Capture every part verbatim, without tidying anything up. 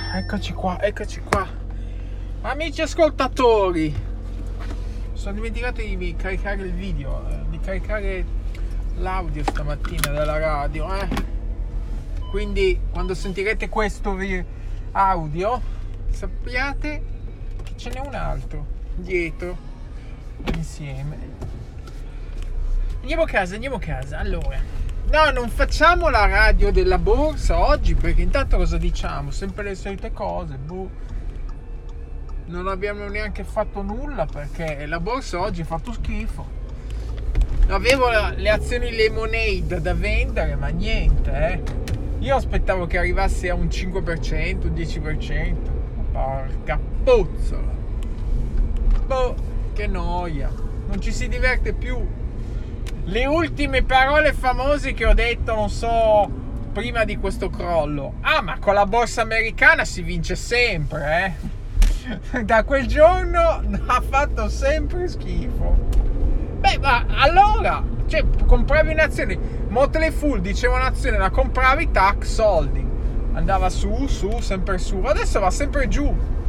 Eccoci qua, eccoci qua. Amici ascoltatori, sono dimenticato di caricare il video, eh, di caricare l'audio stamattina dalla radio, eh. Quindi quando sentirete questo audio sappiate che ce n'è un altro dietro, insieme. Andiamo a casa, andiamo a casa. Allora, no, non facciamo la radio della borsa oggi, perché intanto cosa diciamo? Sempre le solite cose, boh. Non abbiamo neanche fatto nulla perché la borsa oggi ha fatto schifo. Avevo le azioni Lemonade da vendere, ma niente, eh. Io aspettavo che arrivasse a un cinque per cento, un dieci per cento. Porca puzzola. Boh, che noia. Non ci si diverte più. Le ultime parole famose che ho detto, non so, prima di questo crollo. Ah, ma con la borsa americana si vince sempre, eh. Da quel giorno ha fatto sempre schifo. Beh, ma allora, cioè, compravi un'azione, Motley Fool diceva un'azione, la compravi, tac, soldi. Andava su, su, sempre su. Adesso va sempre giù.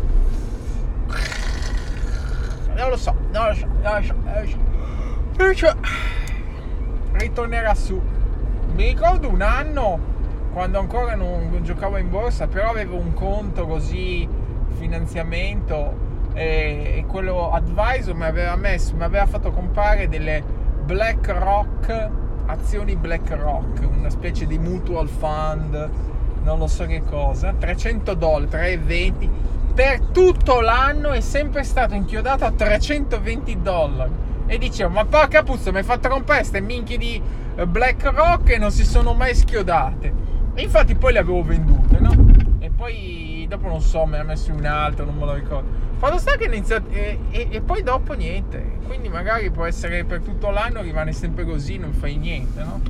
Non lo so, non lo so, non lo so, non lo so. Non lo so. Ritornerà su. Mi ricordo un anno quando ancora non, non giocavo in borsa, però avevo un conto così, finanziamento, e, e quello advisor mi aveva messo, mi aveva fatto comprare delle BlackRock, azioni BlackRock, una specie di mutual fund, non lo so che cosa, trecento dollari, tre e venti per tutto l'anno, è sempre stato inchiodato a trecentoventi dollari. E dicevo, ma porca puzza, mi hai fatto comprare queste minchie di BlackRock e non si sono mai schiodate. E infatti poi le avevo vendute, no? E poi dopo non so, mi ha messo un altro, non me lo ricordo. Fatto sta che è iniziato, e, e, e poi dopo niente. Quindi magari può essere per tutto l'anno, rimane sempre così, non fai niente, no?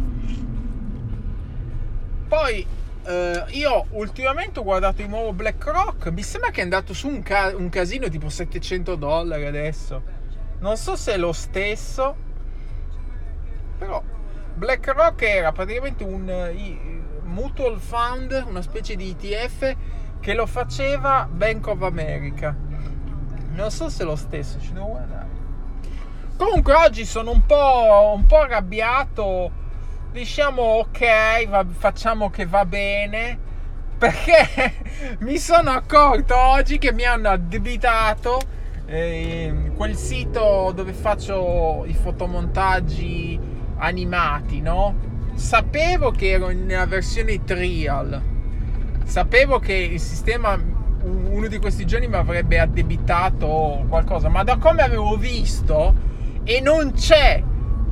Poi eh, io ultimamente ho guardato il nuovo BlackRock, mi sembra che è andato su un, ca- un casino tipo settecento dollari adesso. Non so se è lo stesso, però BlackRock era praticamente un uh, mutual fund, una specie di E T F che lo faceva Bank of America. Non so se è lo stesso, ci devo guardare. Comunque oggi sono un po', un po' arrabbiato. Diciamo ok, va, facciamo che va bene, perché mi sono accorto oggi che mi hanno addebitato Eh, quel sito dove faccio i fotomontaggi animati, no? Sapevo che ero nella versione trial, sapevo che il sistema uno di questi giorni mi avrebbe addebitato qualcosa, ma da come avevo visto, e non c'è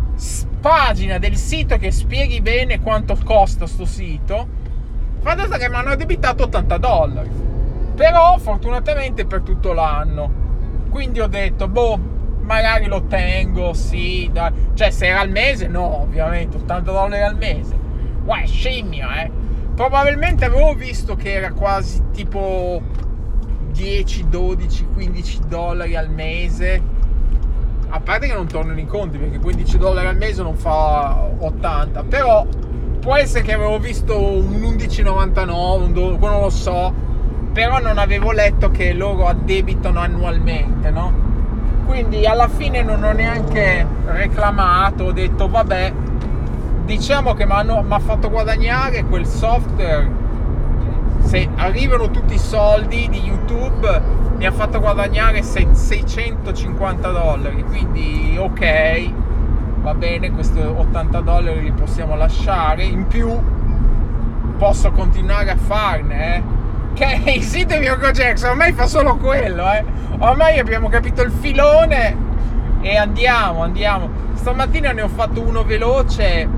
pagina del sito che spieghi bene quanto costa sto sito, fatto sta che mi hanno addebitato ottanta dollari, però fortunatamente per tutto l'anno. Quindi ho detto, boh, magari lo tengo, sì, dai. Cioè, se era al mese, no, ovviamente, ottanta dollari al mese. Uè, scimmio, eh. Probabilmente avevo visto che era quasi tipo dieci, dodici, quindici dollari al mese. A parte che non tornano i conti, perché quindici dollari al mese non fa ottanta. Però può essere che avevo visto un undici virgola novantanove, un do- non lo so. Però non avevo letto che loro addebitano annualmente, no? Quindi alla fine non ho neanche reclamato, ho detto vabbè, diciamo che mi ha fatto guadagnare quel software. Se arrivano tutti i soldi di YouTube, mi ha fatto guadagnare seicentocinquanta dollari, quindi ok, va bene, questi ottanta dollari li possiamo lasciare, in più posso continuare a farne, eh. Che il sito di Michael Jackson ormai fa solo quello, eh. Ormai abbiamo capito il filone e andiamo, andiamo. Stamattina ne ho fatto uno veloce, eh,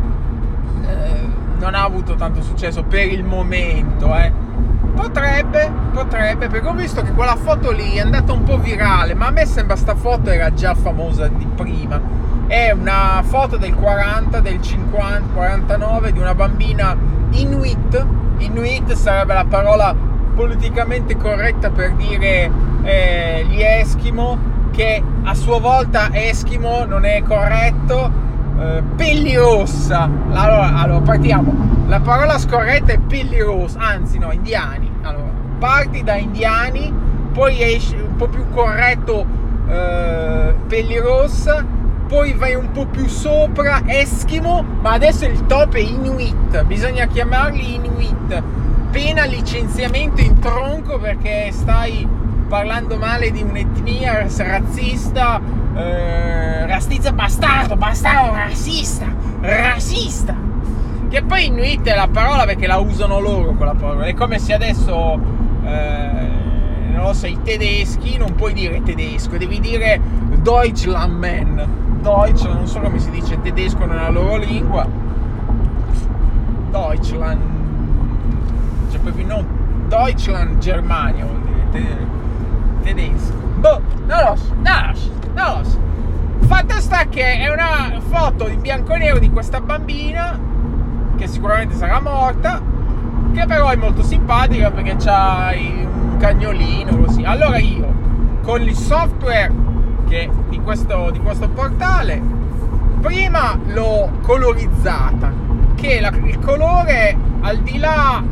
non ha avuto tanto successo per il momento, eh. Potrebbe, potrebbe, perché ho visto che quella foto lì è andata un po' virale, ma a me sembra sta foto era già famosa di prima. È una foto del quaranta, del cinquanta, quarantanove di una bambina Inuit. Inuit sarebbe la parola politicamente corretta per dire eh, gli Eskimo, che a sua volta Eskimo non è corretto, eh, pellirossa. Allora, allora partiamo, la parola scorretta è pellirossa, anzi no, indiani. Allora, parti da indiani, poi esci un po' più corretto, eh, pelli rossa, poi vai un po' più sopra, Eskimo, ma adesso il top è Inuit, bisogna chiamarli Inuit. Pena licenziamento in tronco perché stai parlando male di un'etnia razzista, eh, razzista, bastardo, bastardo, razzista, razzista. Che poi Inuit è la parola perché la usano loro quella parola. È come se adesso, eh, non lo so, i tedeschi non puoi dire tedesco, devi dire Deutschlandman. Deutschland, non so come si dice tedesco nella loro lingua. Deutschland, cioè proprio non Deutschland, Germania vuol dire tedesco. Boh, non lo so, non lo so, non lo so. Fatto sta che è una foto in bianco e nero di questa bambina che sicuramente sarà morta, che però è molto simpatica perché c'ha un cagnolino così. Allora io con il software che di questo, di questo portale prima l'ho colorizzata, che la, il colore al di là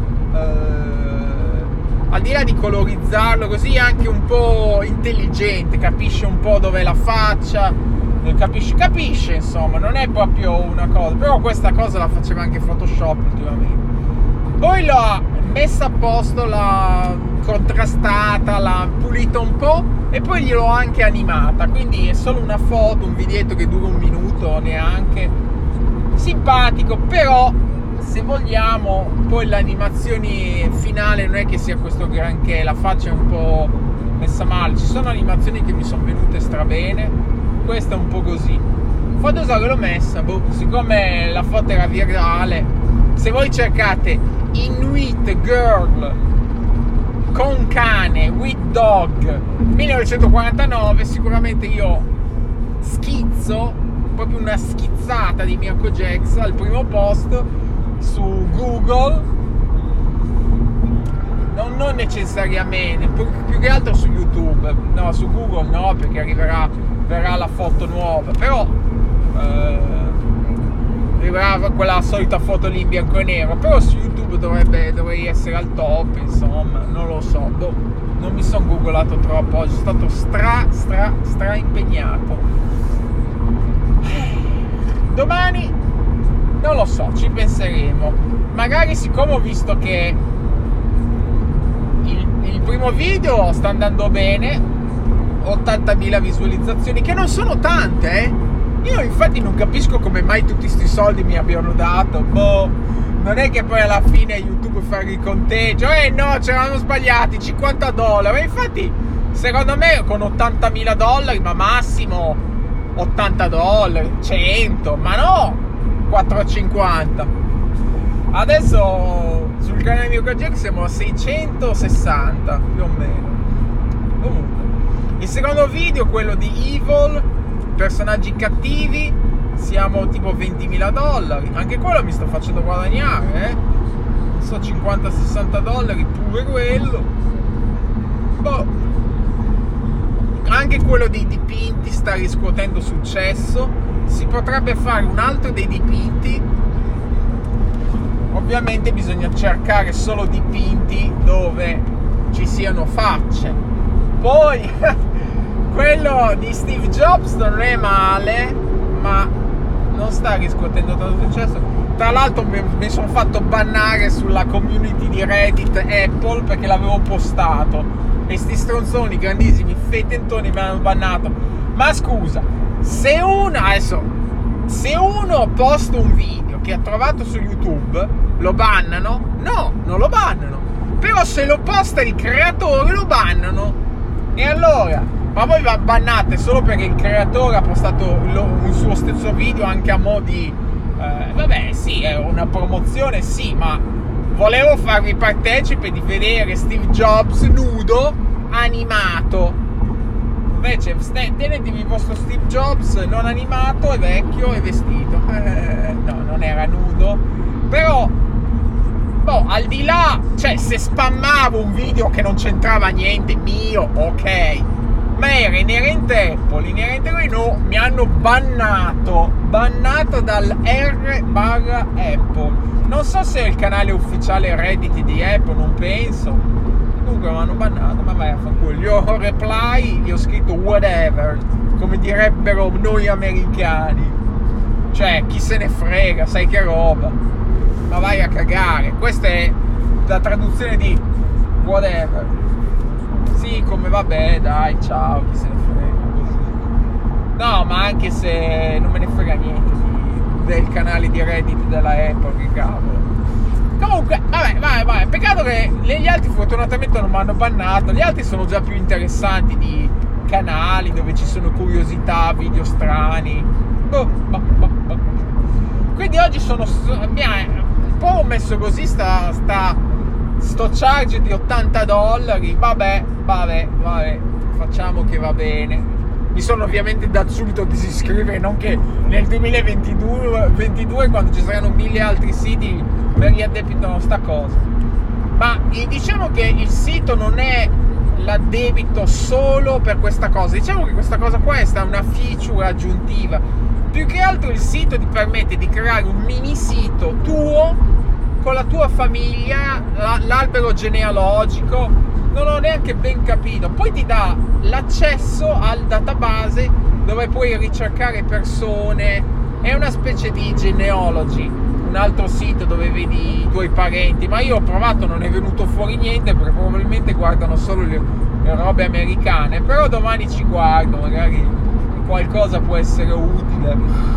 eh, al di là di colorizzarlo così è anche un po' intelligente, capisce un po' dov'è la faccia, capisce, capisce insomma, non è proprio una cosa, però questa cosa la faceva anche Photoshop ultimamente. Poi l'ho messa a posto, l'ha contrastata, l'ha pulita un po' e poi gliel'ho anche animata, quindi è solo una foto, un videetto che dura un minuto neanche, simpatico, però se vogliamo poi l'animazione finale non è che sia questo granché, la faccia è un po' messa male, ci sono animazioni che mi sono venute strabene, questa è un po' così. Foto che l'ho messa, boh, siccome la foto era virale, se voi cercate Inuit Girl con cane with dog millenovecentoquarantanove, sicuramente io schizzo, proprio una schizzata di Mirko Jax al primo posto su Google, non, non necessariamente, più che altro su YouTube, no, su Google no, perché arriverà verrà la foto nuova, però eh, arriverà quella solita foto lì in bianco e nero, però su YouTube dovrebbe dovrei essere al top, insomma, non lo so, boh, non mi sono googolato troppo oggi, sono stato stra stra stra impegnato. Domani non lo so, ci penseremo, magari, siccome ho visto che il, il primo video sta andando bene, ottantamila visualizzazioni, che non sono tante, eh? Io infatti non capisco come mai tutti questi soldi mi abbiano dato, boh, non è che poi alla fine YouTube fa il conteggio, eh no, ci eravamo sbagliati, cinquanta dollari, infatti secondo me con ottantamila dollari, ma massimo ottanta dollari, cento, ma no quattrocentocinquanta. Adesso sul canale mio Jack siamo a seicentosessanta più o meno. Comunque il secondo video, quello di Evil, personaggi cattivi, siamo tipo ventimila dollari, anche quello mi sto facendo guadagnare, eh? Non so, cinquanta sessanta dollari pure quello, boh. Anche quello dei dipinti sta riscuotendo successo, si potrebbe fare un altro dei dipinti, ovviamente bisogna cercare solo dipinti dove ci siano facce. Poi quello di Steve Jobs non è male, ma non sta riscuotendo tanto successo. Tra l'altro mi, mi sono fatto bannare sulla community di Reddit Apple perché l'avevo postato e sti stronzoni grandissimi fetentoni mi hanno bannato. Ma scusa, se uno adesso se uno posta un video che ha trovato su YouTube, lo bannano? No, non lo bannano. Però se lo posta il creatore lo bannano. E allora, ma voi va bannate solo perché il creatore ha postato lo, un suo stesso video anche a mo' di eh, vabbè, sì, è una promozione, sì, ma volevo farvi partecipe di vedere Steve Jobs nudo animato. Invece tenetevi il vostro Steve Jobs non animato, è vecchio e vestito. Eh, no, non era nudo. Però boh, al di là, cioè, se spammavo un video che non c'entrava niente mio, ok, ma era inerente Apple, inerente lui, no, mi hanno bannato, bannato dal R barra Apple. Non so se è il canale ufficiale Reddit di Apple, non penso, bannato, ma vai a fanculo. Gli ho reply, gli ho scritto whatever, come direbbero noi americani. Cioè, chi se ne frega, sai che roba. Ma vai a cagare. Questa è la traduzione di whatever. Sì, come vabbè, dai, ciao, chi se ne frega, così. No, ma anche se non me ne frega niente del canale di Reddit della Apple, che cavolo. Comunque, vabbè, vai, vai. Peccato che gli altri fortunatamente non mi hanno bannato. Gli altri sono già più interessanti di canali dove ci sono curiosità, video strani. Boh, boh, boh, boh. Quindi oggi sono mi ha un po' messo così sta, sta sto charge di ottanta dollari. Vabbè, vabbè, vabbè, facciamo che va bene. Mi sono ovviamente da subito disiscrivere, non che nel duemilaventidue ventidue, quando ci saranno mille altri siti mi riaddebitano sta cosa. Ma diciamo che il sito non è l'addebito solo per questa cosa. Diciamo che questa cosa qua è una feature aggiuntiva. Più che altro il sito ti permette di creare un mini sito tuo con la tua famiglia, l'albero genealogico. Non ho neanche ben capito. Poi ti dà l'accesso al database dove puoi ricercare persone. È una specie di Genealogy, un altro sito dove vedi i tuoi parenti. Ma io ho provato, non è venuto fuori niente, perché probabilmente guardano solo le, le robe americane. Però domani ci guardo, magari qualcosa può essere utile.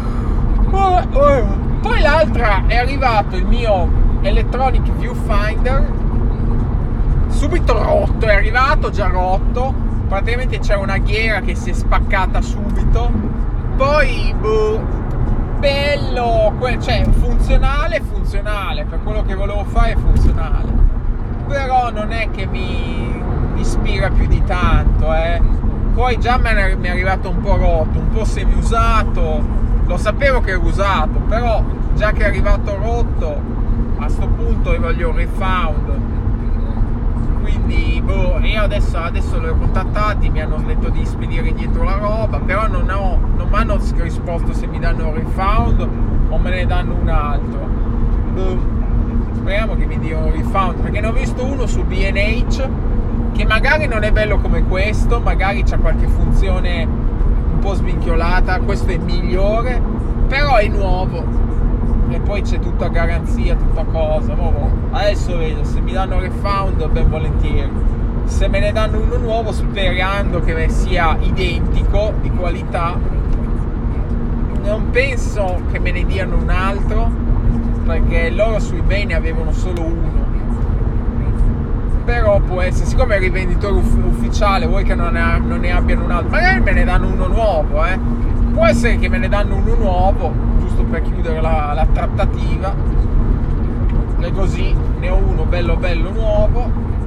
Poi l'altra, è arrivato il mio Electronic Viewfinder, subito rotto, è arrivato già rotto, praticamente c'è una ghiera che si è spaccata subito. Poi boh, bello, cioè funzionale, funzionale, per quello che volevo fare è funzionale, però non è che mi ispira più di tanto, eh. Poi già mi è arrivato un po' rotto, un po' semi usato, lo sapevo che era usato, però già che è arrivato rotto, a sto punto io voglio un refund. Quindi boh, io adesso, adesso li ho contattati, mi hanno detto di spedire indietro la roba, però non, ho, non mi hanno risposto se mi danno un refund o me ne danno un altro. Boh, speriamo che mi diano un refund, perché ne ho visto uno su B and H che magari non è bello come questo, magari c'ha qualche funzione un po' sminchiolata, questo è migliore, però è nuovo. E poi c'è tutta garanzia, tutta cosa. Adesso vedo, se mi danno refund ben volentieri, se me ne danno uno nuovo sperando che sia identico di qualità. Non penso che me ne diano un altro, perché loro su eBay ne avevano solo uno. Però può essere, siccome è il rivenditore uff- ufficiale, vuoi che non ne, non ne abbiano un altro, magari me ne danno uno nuovo, eh. Può essere che me ne danno uno nuovo, giusto per chiudere la, la trattativa. E così ne ho uno bello bello nuovo,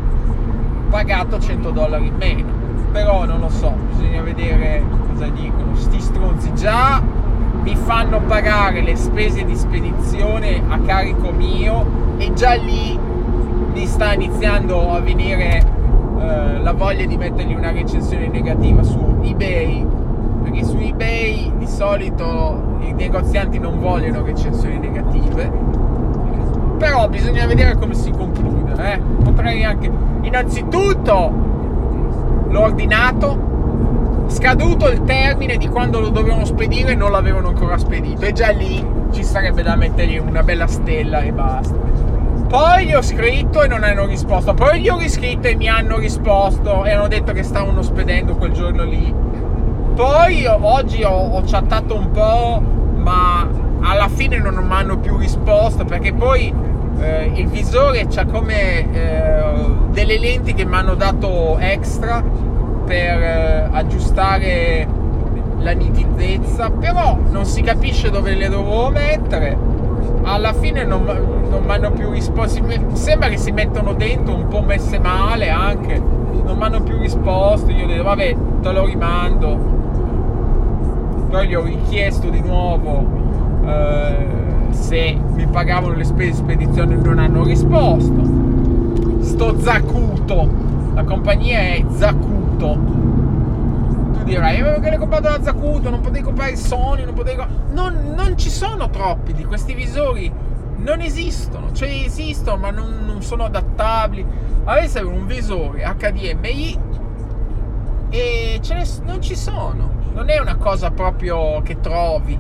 pagato cento dollari in meno. Però non lo so, bisogna vedere cosa dicono. Sti stronzi già mi fanno pagare le spese di spedizione a carico mio, e già lì mi sta iniziando a venire eh, la voglia di mettergli una recensione negativa su eBay, perché su eBay di solito i negozianti non vogliono recensioni negative. Però bisogna vedere come si conclude, eh? Potrei anche, innanzitutto l'ho ordinato, scaduto il termine di quando lo dovevano spedire e non l'avevano ancora spedito, e già lì ci sarebbe da mettergli una bella stella e basta. Poi gli ho scritto e non hanno risposto, poi gli ho riscritto e mi hanno risposto e hanno detto che stavano spedendo quel giorno lì. Poi oggi ho, ho chattato un po', ma alla fine non mi hanno più risposto, perché poi eh, il visore c'ha come eh, delle lenti che mi hanno dato extra per eh, aggiustare la nitidezza, però non si capisce dove le dovevo mettere. Alla fine non, non mi hanno più risposto, sembra che si mettono dentro un po' messe male anche, non mi hanno più risposto. Io ho detto vabbè, te lo rimando. Poi gli ho richiesto di nuovo eh, se mi pagavano le spese di spedizione, non hanno risposto. Sto Zacuto, la compagnia è Zacuto. Tu dirai, ma perché l'hai comprato da Zacuto? Non potevi comprare il Sony, non potevi... Non, non ci sono troppi di questi visori, non esistono, cioè esistono ma non, non, sono adattabili. A me serve un visore H D M I e ce ne, non ci sono. Non è una cosa proprio che trovi.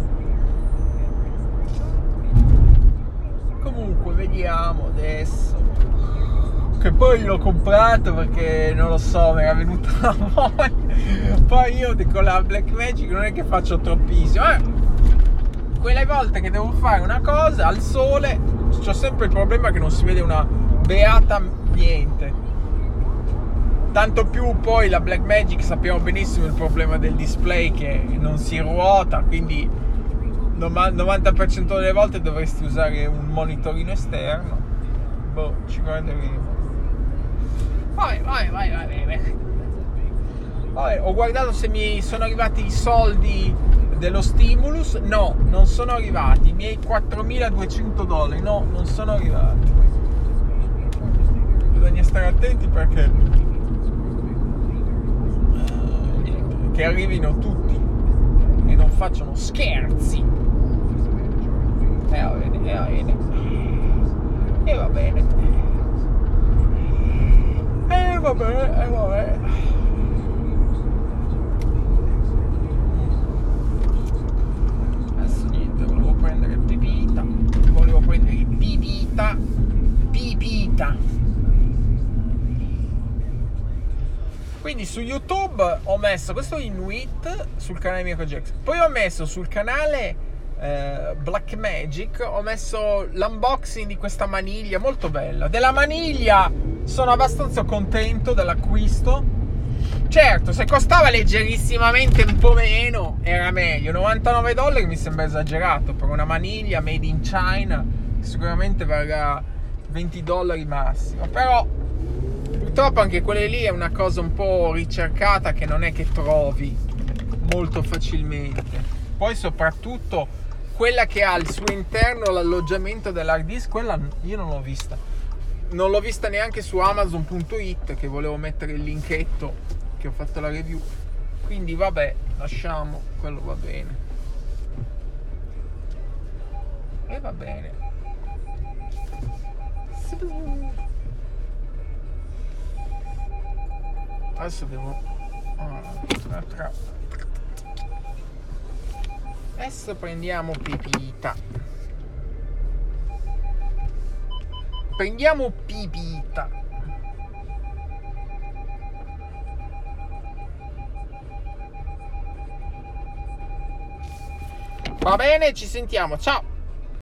Comunque vediamo adesso, che poi l'ho comprato perché non lo so, mi era venuta la voglia. Poi io con la Blackmagic non è che faccio troppissimo, eh. Quelle volte che devo fare una cosa al sole c'ho sempre il problema che non si vede una beata niente. Tanto più poi la Blackmagic sappiamo benissimo il problema del display, che non si ruota, quindi novanta per cento delle volte dovresti usare un monitorino esterno. Boh, ci guarderemo. Vai, vai, vai, vai, vai. Vai, ho guardato se mi sono arrivati i soldi dello stimulus. No, non sono arrivati. I miei quattromiladuecento dollari. No, non sono arrivati. Bisogna stare attenti perché che arrivino tutti e non facciano scherzi. E va bene, e va bene. E va bene. E va bene, e va bene. Adesso niente, volevo prendere pipita. Volevo prendere pipita. Pipita. Quindi su YouTube ho messo questo Inuit sul canale Michael Jackson. Poi ho messo sul canale eh, Blackmagic, ho messo l'unboxing di questa maniglia molto bella. Della maniglia sono abbastanza contento dell'acquisto. Certo, se costava leggerissimamente un po' meno era meglio. novantanove dollari mi sembra esagerato per una maniglia made in China. Sicuramente varrà venti dollari massimo. Però purtroppo anche quelle lì è una cosa un po' ricercata che non è che trovi molto facilmente. Poi soprattutto quella che ha al suo interno l'alloggiamento dell'hard disk, quella io non l'ho vista. Non l'ho vista neanche su Amazon punto it, che volevo mettere il linketto, che ho fatto la review. Quindi vabbè, lasciamo, quello va bene. E va bene. Adesso devo ah, adesso prendiamo pipita. Prendiamo pipita. Va bene, ci sentiamo. Ciao.